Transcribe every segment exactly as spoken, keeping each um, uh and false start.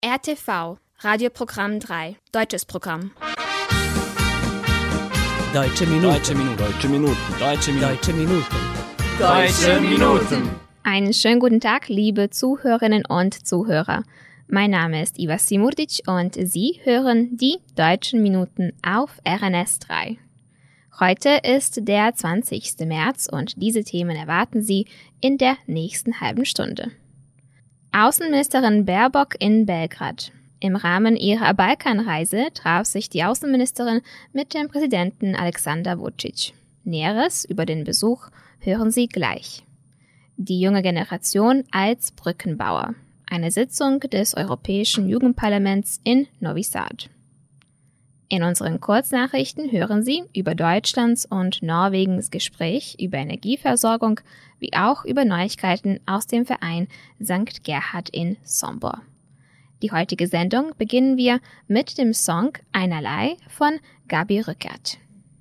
R T V, Radioprogramm drei, deutsches Programm. Deutsche Minuten. Deutsche Minuten. Deutsche Minuten. Deutsche Minuten. Deutsche Minuten. Deutsche Minuten. Einen schönen guten Tag, liebe Zuhörerinnen und Zuhörer. Mein Name ist Iva Simurdic und Sie hören die Deutschen Minuten auf R N S drei. Heute ist der zwanzigsten März und diese Themen erwarten Sie in der nächsten halben Stunde. Außenministerin Baerbock in Belgrad. Im Rahmen ihrer Balkanreise traf sich die Außenministerin mit dem Präsidenten Alexander Vučić. Näheres über den Besuch hören Sie gleich. Die junge Generation als Brückenbauer. Eine Sitzung des Europäischen Jugendparlaments in Novi Sad. In unseren Kurznachrichten hören Sie über Deutschlands und Norwegens Gespräch über Energieversorgung, wie auch über Neuigkeiten aus dem Verein Sankt Gerhard in Sombor. Die heutige Sendung beginnen wir mit dem Song Einerlei von Gabi Rückert.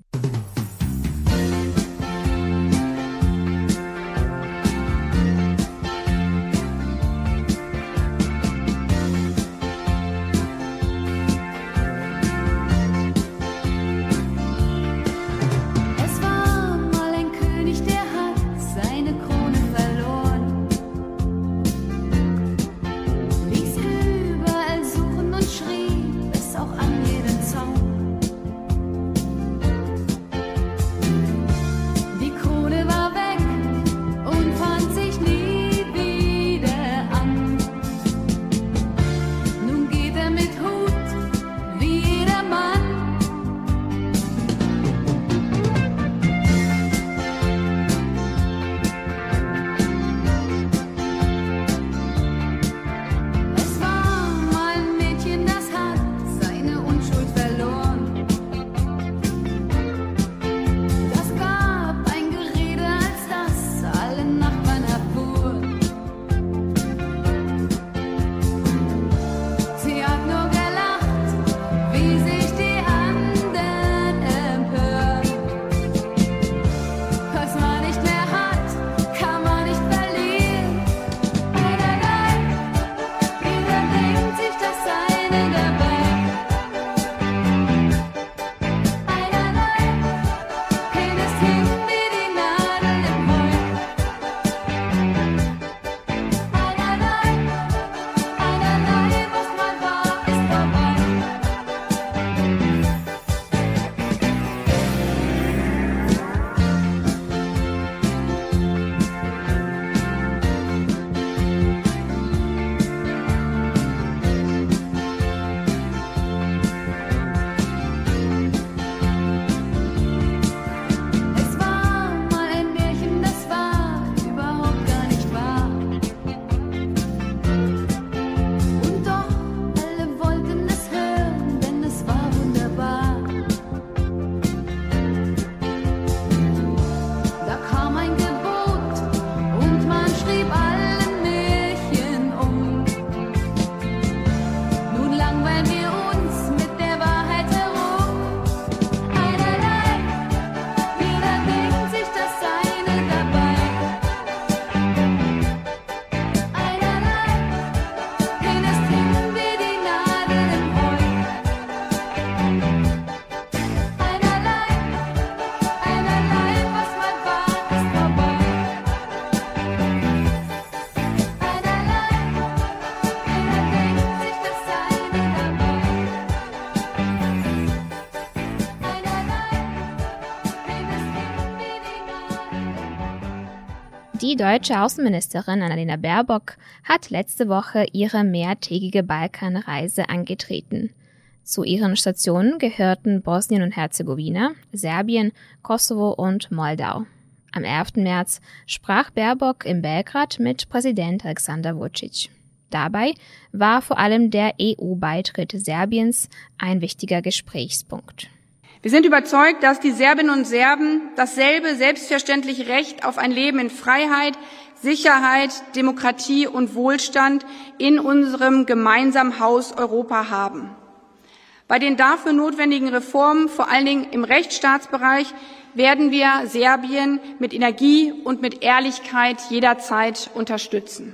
Die deutsche Außenministerin Annalena Baerbock hat letzte Woche ihre mehrtägige Balkanreise angetreten. Zu ihren Stationen gehörten Bosnien und Herzegowina, Serbien, Kosovo und Moldau. Am elften März sprach Baerbock in Belgrad mit Präsident Alexander Vučić. Dabei war vor allem der E U-Beitritt Serbiens ein wichtiger Gesprächspunkt. Wir sind überzeugt, dass die Serbinnen und Serben dasselbe selbstverständliche Recht auf ein Leben in Freiheit, Sicherheit, Demokratie und Wohlstand in unserem gemeinsamen Haus Europa haben. Bei den dafür notwendigen Reformen, vor allen Dingen im Rechtsstaatsbereich, werden wir Serbien mit Energie und mit Ehrlichkeit jederzeit unterstützen.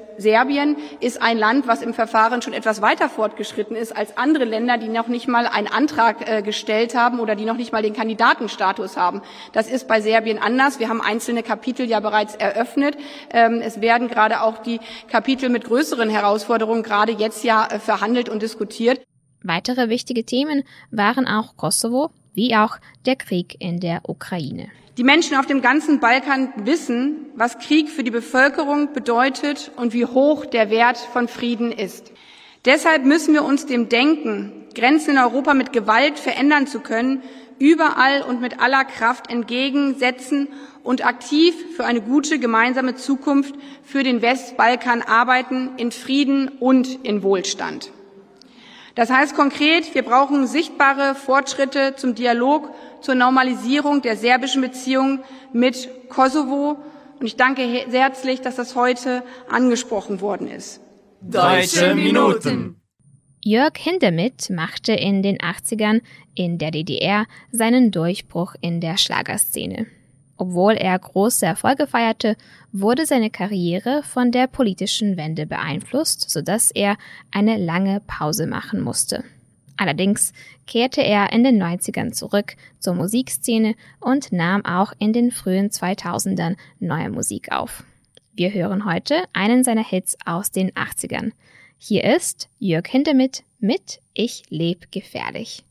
Serbien ist ein Land, was im Verfahren schon etwas weiter fortgeschritten ist als andere Länder, die noch nicht mal einen Antrag äh, gestellt haben oder die noch nicht mal den Kandidatenstatus haben. Das ist bei Serbien anders. Wir haben einzelne Kapitel ja bereits eröffnet. Ähm, es werden gerade auch die Kapitel mit größeren Herausforderungen gerade jetzt ja äh, verhandelt und diskutiert. Weitere wichtige Themen waren auch Kosovo, wie auch der Krieg in der Ukraine. Die Menschen auf dem ganzen Balkan wissen, was Krieg für die Bevölkerung bedeutet und wie hoch der Wert von Frieden ist. Deshalb müssen wir uns dem Denken, Grenzen in Europa mit Gewalt verändern zu können, überall und mit aller Kraft entgegensetzen und aktiv für eine gute gemeinsame Zukunft für den Westbalkan arbeiten, in Frieden und in Wohlstand. Das heißt konkret, wir brauchen sichtbare Fortschritte zum Dialog, zur Normalisierung der serbischen Beziehungen mit Kosovo. Und ich danke sehr herzlich, dass das heute angesprochen worden ist. Deutsche Minuten. Jörg Hindemith machte in den achtzigern in der D D R seinen Durchbruch in der Schlagerszene. Obwohl er große Erfolge feierte, wurde seine Karriere von der politischen Wende beeinflusst, sodass er eine lange Pause machen musste. Allerdings kehrte er in den neunzigern zurück zur Musikszene und nahm auch in den frühen zweitausendern neue Musik auf. Wir hören heute einen seiner Hits aus den achtzigern. Hier ist Jörg Hindemith mit Ich leb gefährlich.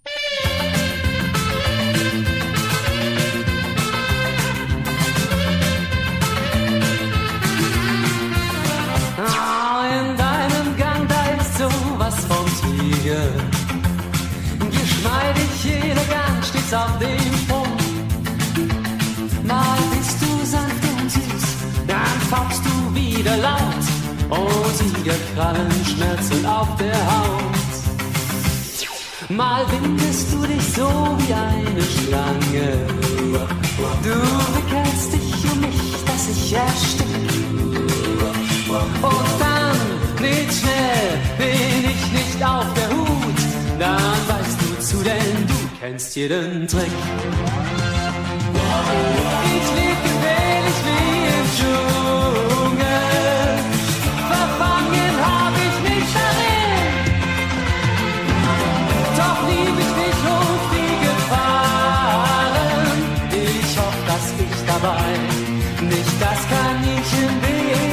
In deinem Gang, da ist sowas vom Tiger. Geschmeidig, jeder Gang steht auf dem Sprung. Mal bist du sanft und süß, dann fauchst du wieder laut. Und Tigerkrallen schmerzen auf der Haut. Mal windest du dich so wie eine Schlange. Du wickelst dich um mich, dass ich erstick. Und dann, nicht schnell, bin ich nicht auf der Hut. Dann weißt du zu, denn du kennst jeden Trick. Ich leb gefährlich wie im Dschungel. Verfangen hab ich mich darin. Doch lieb ich dich und die Gefahren. Ich hoffe, dass ich dabei nicht das Kaninchen bin.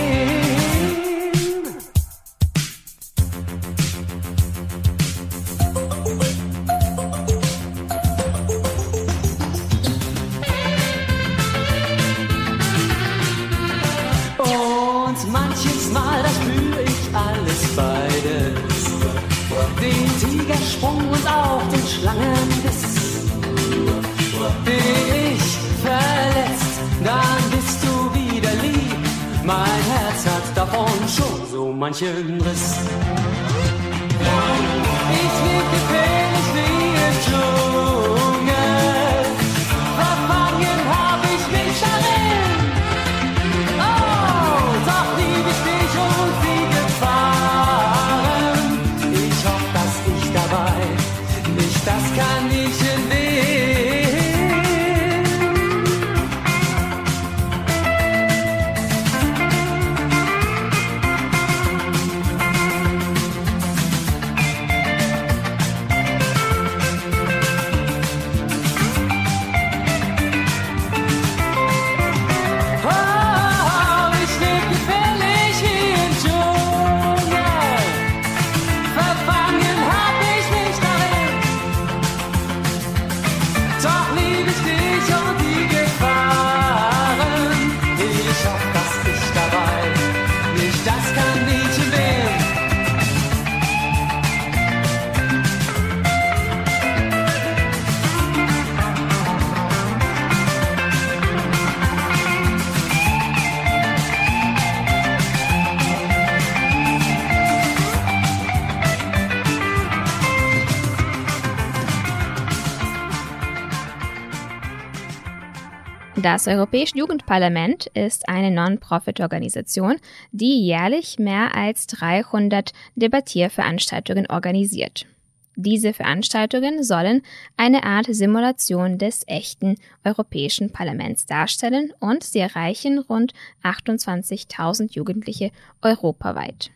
Tigersprung und auch den Schlangenbiss. Bin ich verletzt, dann bist du wieder lieb. Mein Herz hat davon schon so manchen Riss. Ich leb gefährlich wie im Dschungel. Verfangen hab ich mich darin. Oh, doch lieb ich dich und die Gefahren. Ich hoffe, dass ich dabei nicht das Kaninchen bin. Das Europäische Jugendparlament ist eine Non-Profit-Organisation, die jährlich mehr als dreihundert Debattierveranstaltungen organisiert. Diese Veranstaltungen sollen eine Art Simulation des echten Europäischen Parlaments darstellen und sie erreichen rund achtundzwanzigtausend Jugendliche europaweit.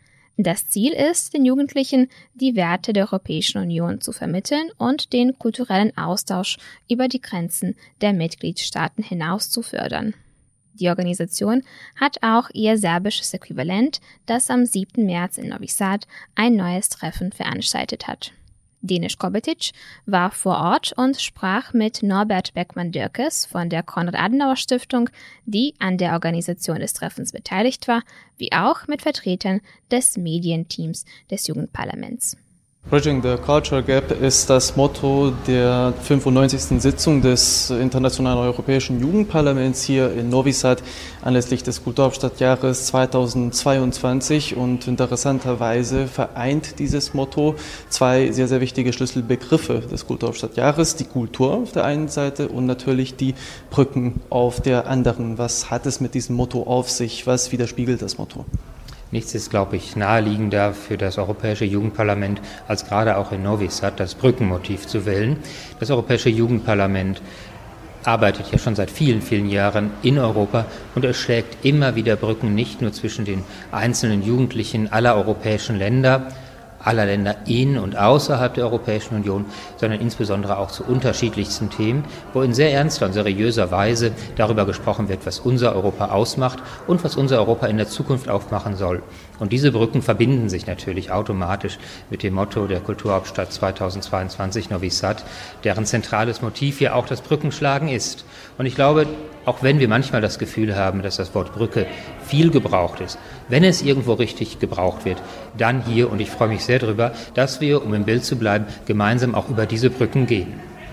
Das Ziel ist, den Jugendlichen die Werte der Europäischen Union zu vermitteln und den kulturellen Austausch über die Grenzen der Mitgliedstaaten hinaus zu fördern. Die Organisation hat auch ihr serbisches Äquivalent, das am siebten März in Novi Sad ein neues Treffen veranstaltet hat. Denis Kobetic war vor Ort und sprach mit Norbert Beckmann-Dürkes von der Konrad-Adenauer-Stiftung, die an der Organisation des Treffens beteiligt war, wie auch mit Vertretern des Medienteams des Jugendparlaments. Bridging the Culture Gap ist das Motto der fünfundneunzigsten Sitzung des Internationalen Europäischen Jugendparlaments hier in Novi Sad anlässlich des Kulturhauptstadtjahres zweitausendzweiundzwanzig. Und interessanterweise vereint dieses Motto zwei sehr, sehr wichtige Schlüsselbegriffe des Kulturhauptstadtjahres: die Kultur auf der einen Seite und natürlich die Brücken auf der anderen. Was hat es mit diesem Motto auf sich? Was widerspiegelt das Motto? Nichts ist, glaube ich, naheliegender für das Europäische Jugendparlament, als gerade auch in Novi Sad das Brückenmotiv zu wählen. Das Europäische Jugendparlament arbeitet ja schon seit vielen, vielen Jahren in Europa und es schlägt immer wieder Brücken, nicht nur zwischen den einzelnen Jugendlichen aller europäischen Länder, aller Länder in und außerhalb der Europäischen Union, sondern insbesondere auch zu unterschiedlichsten Themen, wo in sehr ernster und seriöser Weise darüber gesprochen wird, was unser Europa ausmacht und was unser Europa in der Zukunft aufmachen soll. Und diese Brücken verbinden sich natürlich automatisch mit dem Motto der Kulturhauptstadt zweitausendzweiundzwanzig Novi Sad, deren zentrales Motiv ja auch das Brückenschlagen ist. Und ich glaube, auch wenn wir manchmal das Gefühl haben, dass das Wort Brücke viel gebraucht ist, wenn es irgendwo richtig gebraucht wird, dann hier, und ich freue mich sehr darüber, dass wir, um im Bild zu bleiben, gemeinsam auch über diese Brücken gehen.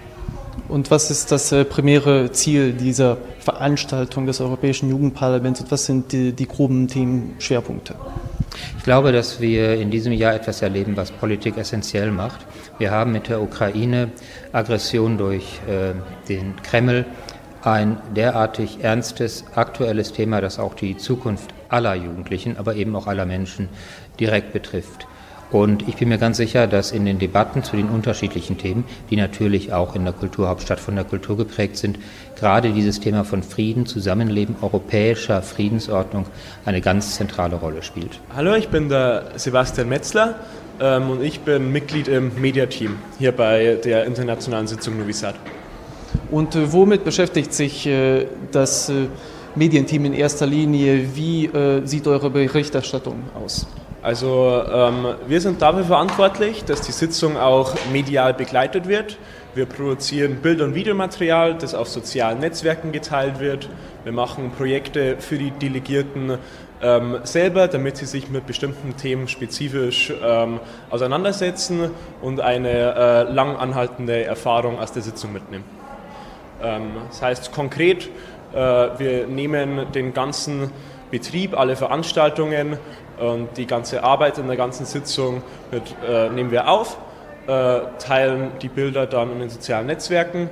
Und was ist das äh, primäre Ziel dieser Veranstaltung des Europäischen Jugendparlaments und was sind die, die groben Themenschwerpunkte? Ich glaube, dass wir in diesem Jahr etwas erleben, was Politik essentiell macht. Wir haben mit der Ukraine-Aggression durch äh, den Kreml ein derartig ernstes, aktuelles Thema, das auch die Zukunft aller Jugendlichen, aber eben auch aller Menschen direkt betrifft. Und ich bin mir ganz sicher, dass in den Debatten zu den unterschiedlichen Themen, die natürlich auch in der Kulturhauptstadt von der Kultur geprägt sind, gerade dieses Thema von Frieden, Zusammenleben, europäischer Friedensordnung eine ganz zentrale Rolle spielt. Hallo, ich bin der Sebastian Metzler ähm, und ich bin Mitglied im Mediateam hier bei der internationalen Sitzung Novi Sad. Und äh, womit beschäftigt sich äh, das äh, Medienteam in erster Linie? Wie äh, sieht eure Berichterstattung aus? Also ähm, wir sind dafür verantwortlich, dass die Sitzung auch medial begleitet wird. Wir produzieren Bild- und Videomaterial, das auf sozialen Netzwerken geteilt wird. Wir machen Projekte für die Delegierten ähm, selber, damit sie sich mit bestimmten Themen spezifisch ähm, auseinandersetzen und eine äh, lang anhaltende Erfahrung aus der Sitzung mitnehmen. Ähm, das heißt konkret, äh, wir nehmen den ganzen Betrieb, alle Veranstaltungen und die ganze Arbeit in der ganzen Sitzung mit, äh, nehmen wir auf, äh, teilen die Bilder dann in den sozialen Netzwerken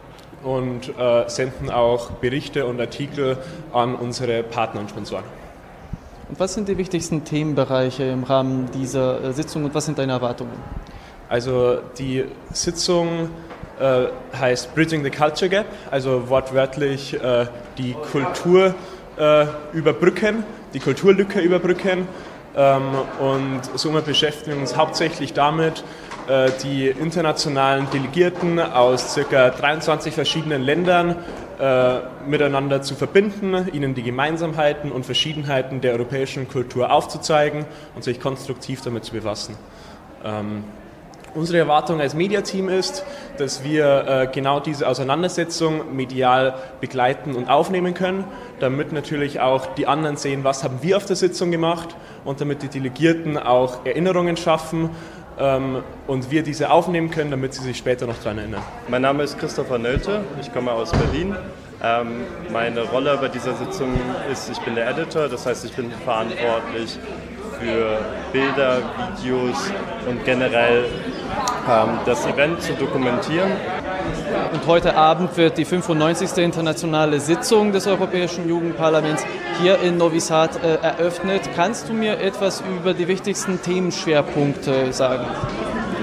und äh, senden auch Berichte und Artikel an unsere Partner und Sponsoren. Und was sind die wichtigsten Themenbereiche im Rahmen dieser äh, Sitzung und was sind deine Erwartungen? Also die Sitzung äh, heißt Bridging the Culture Gap, also wortwörtlich äh, die Kultur äh, überbrücken, die Kulturlücke überbrücken ähm, und somit beschäftigen wir uns hauptsächlich damit, äh, die internationalen Delegierten aus ca. dreiundzwanzig verschiedenen Ländern äh, miteinander zu verbinden, ihnen die Gemeinsamkeiten und Verschiedenheiten der europäischen Kultur aufzuzeigen und sich konstruktiv damit zu befassen. Ähm, Unsere Erwartung als Mediateam ist, dass wir äh, genau diese Auseinandersetzung medial begleiten und aufnehmen können, damit natürlich auch die anderen sehen, was haben wir auf der Sitzung gemacht und damit die Delegierten auch Erinnerungen schaffen ähm, und wir diese aufnehmen können, damit sie sich später noch daran erinnern. Mein Name ist Christopher Nölte, ich komme aus Berlin. Ähm, meine Rolle bei dieser Sitzung ist, ich bin der Editor, das heißt, ich bin verantwortlich für Bilder, Videos und generell ähm, das Event zu dokumentieren. Und heute Abend wird die fünfundneunzigste internationale Sitzung des Europäischen Jugendparlaments hier in Novi Sad äh, eröffnet. Kannst du mir etwas über die wichtigsten Themenschwerpunkte sagen?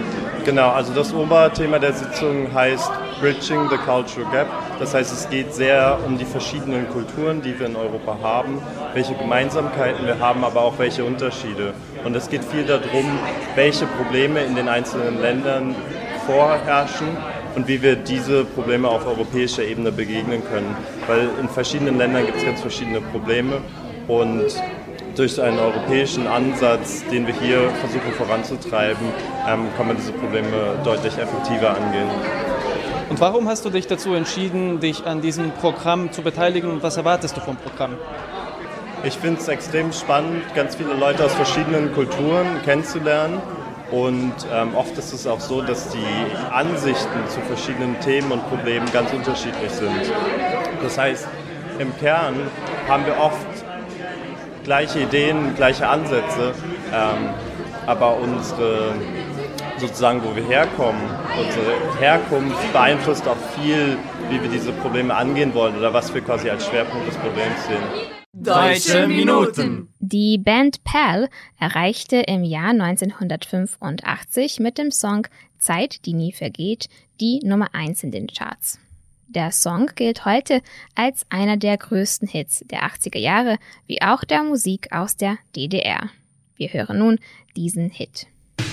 Genau, also das Oberthema der Sitzung heißt Bridging the Cultural Gap. Das heißt, es geht sehr um die verschiedenen Kulturen, die wir in Europa haben, welche Gemeinsamkeiten wir haben, aber auch welche Unterschiede. Und es geht viel darum, welche Probleme in den einzelnen Ländern vorherrschen und wie wir diese Probleme auf europäischer Ebene begegnen können. Weil in verschiedenen Ländern gibt es ganz verschiedene Probleme und durch einen europäischen Ansatz, den wir hier versuchen voranzutreiben, ähm, kann man diese Probleme deutlich effektiver angehen. Und warum hast du dich dazu entschieden, dich an diesem Programm zu beteiligen und was erwartest du vom Programm? Ich finde es extrem spannend, ganz viele Leute aus verschiedenen Kulturen kennenzulernen. Und ähm, oft ist es auch so, dass die Ansichten zu verschiedenen Themen und Problemen ganz unterschiedlich sind. Das heißt, im Kern haben wir oft gleiche Ideen, gleiche Ansätze, ähm, aber unsere, sozusagen, wo wir herkommen, unsere Herkunft beeinflusst auch viel, wie wir diese Probleme angehen wollen oder was wir quasi als Schwerpunkt des Problems sehen. Deutsche Minuten. Die Band Pal erreichte im Jahr neunzehnhundertfünfundachtzig mit dem Song Zeit, die nie vergeht, die Nummer eins in den Charts. Der Song gilt heute als einer der größten Hits der achtziger Jahre, wie auch der Musik aus der D D R. Wir hören nun diesen Hit.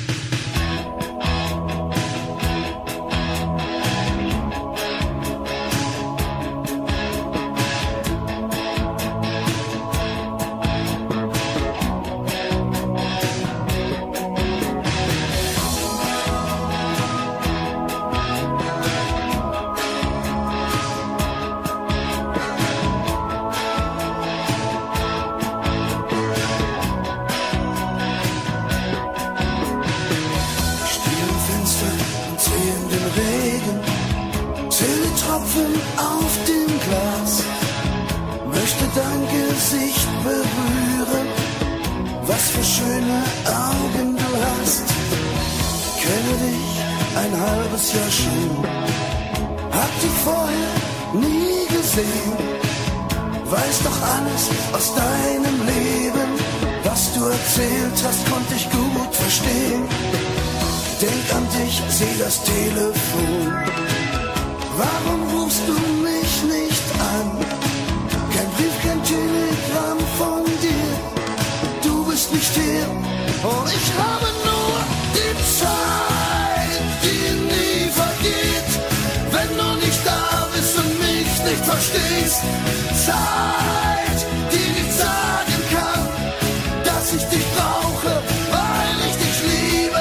Auf dem Glas möchte dein Gesicht berühren, was für schöne Augen du hast. Kenne dich ein halbes Jahr schon, hab dich vorher nie gesehen, weiß doch alles aus deinem Leben, was du erzählt hast, konnte ich gut verstehen. Denk an dich, seh das Telefon. Warum rufst du mich nicht an? Kein Brief, kein Telegramm von dir. Du bist nicht hier und ich habe nur die Zeit, die nie vergeht. Wenn du nicht da bist und mich nicht verstehst. Zeit, die nicht sagen kann, dass ich dich brauche, weil ich dich liebe.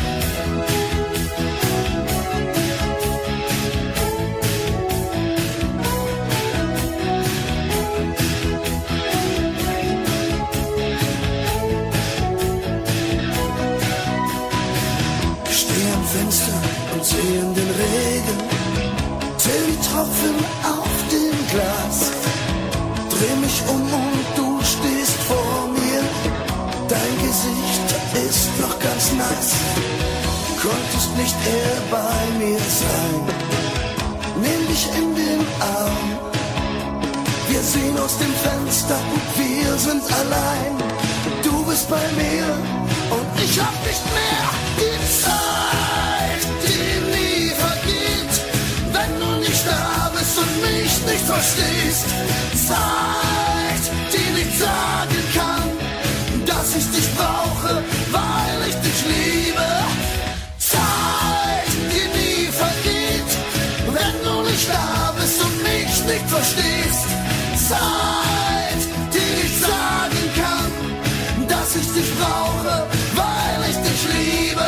Sehen den Regen, zähl die Tropfen auf dem Glas. Dreh mich um und du stehst vor mir. Dein Gesicht ist noch ganz nass. Konntest nicht eher bei mir sein. Nimm dich in den Arm. Wir sehen aus dem Fenster und wir sind allein. Du bist bei mir und ich hab nicht mehr die Zeit, die nie vergeht, wenn du nicht da bist und mich nicht verstehst. Zeit, die nicht sagen kann, dass ich dich brauche, weil ich dich liebe. Zeit, die nie vergeht, wenn du nicht da bist und mich nicht verstehst. Zeit, die nicht sagen kann, dass ich dich brauche, weil ich dich liebe.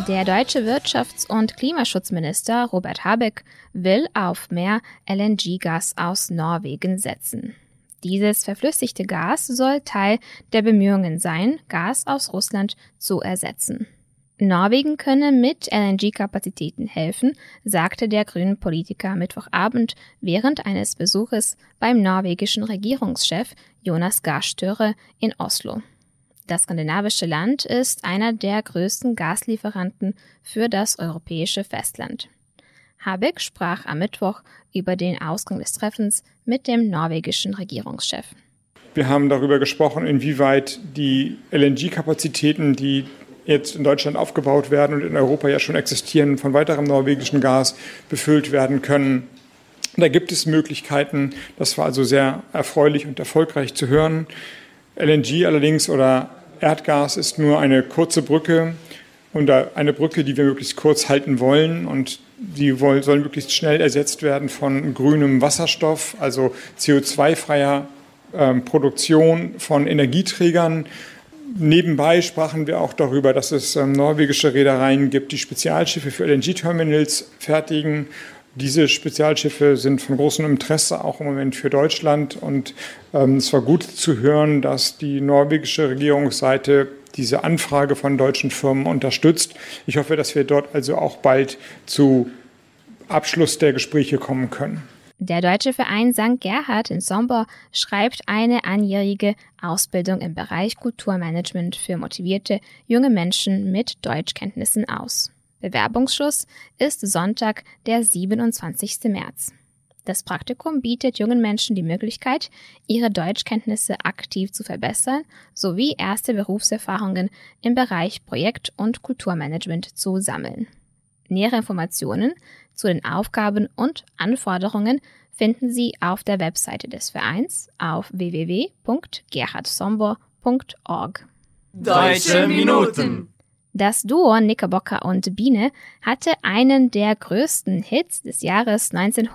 Der deutsche Wirtschafts- und Klimaschutzminister Robert Habeck will auf mehr L N G-Gas aus Norwegen setzen. Dieses verflüssigte Gas soll Teil der Bemühungen sein, Gas aus Russland zu ersetzen. Norwegen könne mit L N G-Kapazitäten helfen, sagte der grünen Politiker Mittwochabend während eines Besuches beim norwegischen Regierungschef Jonas Gahr Støre in Oslo. Das skandinavische Land ist einer der größten Gaslieferanten für das europäische Festland. Habeck sprach am Mittwoch über den Ausgang des Treffens mit dem norwegischen Regierungschef. Wir haben darüber gesprochen, inwieweit die L N G-Kapazitäten, die jetzt in Deutschland aufgebaut werden und in Europa ja schon existieren, von weiterem norwegischen Gas befüllt werden können. Da gibt es Möglichkeiten. Das war also sehr erfreulich und erfolgreich zu hören. L N G allerdings oder Erdgas ist nur eine kurze Brücke und eine Brücke, die wir möglichst kurz halten wollen, und die soll möglichst schnell ersetzt werden von grünem Wasserstoff, also C O zwei freier ähm, Produktion von Energieträgern. Nebenbei sprachen wir auch darüber, dass es ähm, norwegische Reedereien gibt, die Spezialschiffe für L N G-Terminals fertigen. Diese Spezialschiffe sind von großem Interesse auch im Moment für Deutschland, und ähm, es war gut zu hören, dass die norwegische Regierungsseite diese Anfrage von deutschen Firmen unterstützt. Ich hoffe, dass wir dort also auch bald zu Abschluss der Gespräche kommen können. Der deutsche Verein Sankt Gerhard in Sombor schreibt eine einjährige Ausbildung im Bereich Kulturmanagement für motivierte junge Menschen mit Deutschkenntnissen aus. Bewerbungsschluss ist Sonntag, der siebenundzwanzigsten März. Das Praktikum bietet jungen Menschen die Möglichkeit, ihre Deutschkenntnisse aktiv zu verbessern sowie erste Berufserfahrungen im Bereich Projekt- und Kulturmanagement zu sammeln. Nähere Informationen zu den Aufgaben und Anforderungen finden Sie auf der Webseite des Vereins auf w w w punkt gerhardsombor punkt org. Deutsche Minuten. Das Duo Knickerbocker und Biene hatte einen der größten Hits des Jahres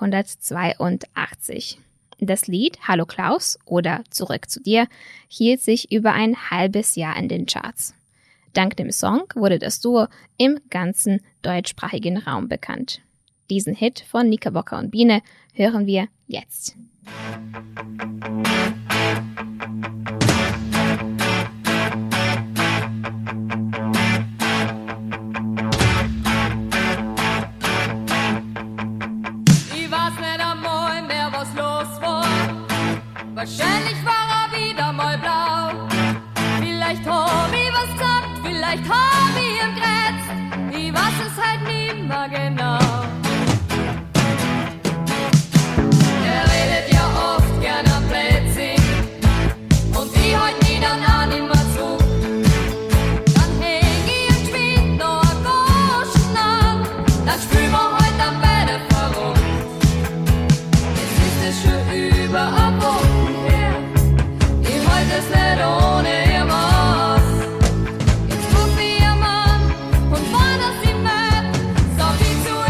neunzehnhundertzweiundachtzig. Das Lied Hallo Klaus oder Zurück zu dir hielt sich über ein halbes Jahr in den Charts. Dank dem Song wurde das Duo im ganzen deutschsprachigen Raum bekannt. Diesen Hit von Knickerbocker und Biene hören wir jetzt. Wahrscheinlich war er wieder mal blau. Vielleicht hab ich was gesagt, vielleicht hab ich ihm gerätzt. Ich weiß es halt nimmer genau. Er redet ja oft gern am Blödsinn und ich halt nie dann auch nimmer zu. Dann häng ich ihm geschwind noch ein Goschen an, dann spülen wir halt am Bett verrückt. Jetzt ist es schon über eine Woche. Das nicht ohne ihr Maß. Jetzt ruf ich ihr Mann und wann er sie mögt, sag ich zu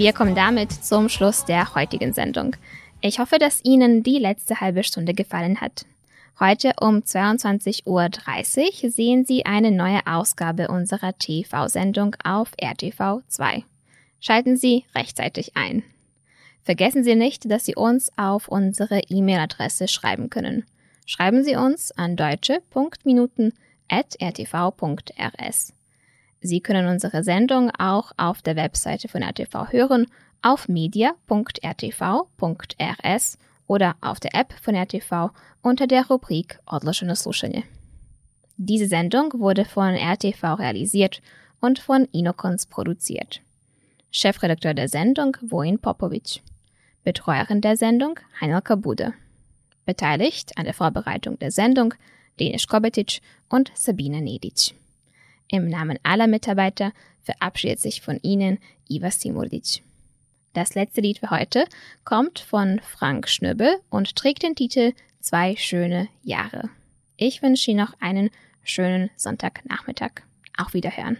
Wir kommen damit zum Schluss der heutigen Sendung. Ich hoffe, dass Ihnen die letzte halbe Stunde gefallen hat. Heute um zweiundzwanzig Uhr dreißig sehen Sie eine neue Ausgabe unserer T V-Sendung auf R T V zwei. Schalten Sie rechtzeitig ein. Vergessen Sie nicht, dass Sie uns auf unsere E-Mail-Adresse schreiben können. Schreiben Sie uns an deutsche punkt minuten at r t v punkt r s. Sie können unsere Sendung auch auf der Webseite von R T V hören, auf media punkt r t v punkt r s oder auf der App von R T V unter der Rubrik Odloženo slušanje. Diese Sendung wurde von R T V realisiert und von Inokons produziert. Chefredakteur der Sendung Vojin Popović. Betreuerin der Sendung Heinelka Bude. Beteiligt an der Vorbereitung der Sendung Denis Kobetic und Sabina Nedic. Im Namen aller Mitarbeiter verabschiedet sich von Ihnen Iva Simurdic. Das letzte Lied für heute kommt von Frank Schnöbel und trägt den Titel Zwei schöne Jahre. Ich wünsche Ihnen noch einen schönen Sonntagnachmittag. Auf Wiederhören.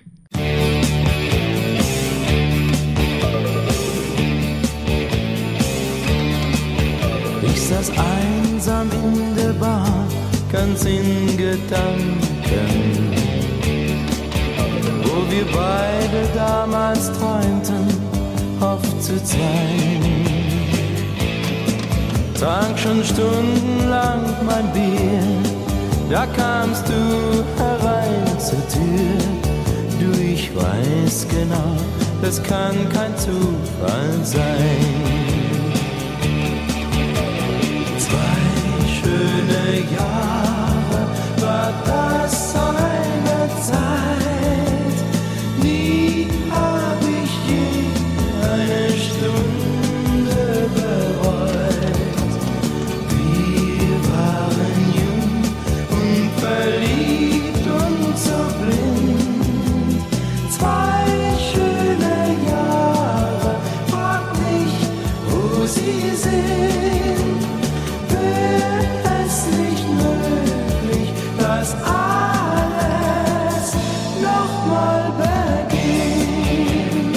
Ich saß einsam in der Bar, ganz in Gedanken, wo wir beide damals träumten, oft zu zweit. Trank schon stundenlang mein Bier, da kamst du herein zur Tür. Du, ich weiß genau, das kann kein Zufall sein. Zwei schöne Jahre war das eine Zeit, nie hab ich je eine Stunde bereut. Wir waren jung und verliebt und so blind. Zwei schöne Jahre, frag nicht, wo sie sind. Wäre es nicht möglich, dass alles nochmal beginnt?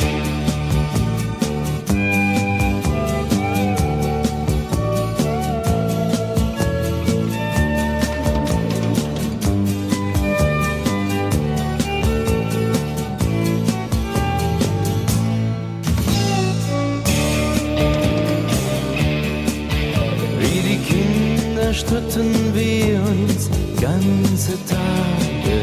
Wie die Kinder stritten wir uns ganze Tage,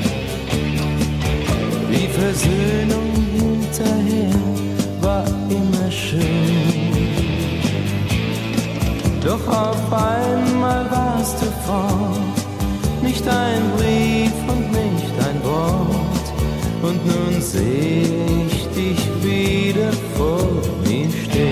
die Versöhnung hinterher war immer schön. Doch auf einmal warst du fort, nicht ein Brief und nicht ein Wort. Und nun seh ich dich wieder vor mir stehen.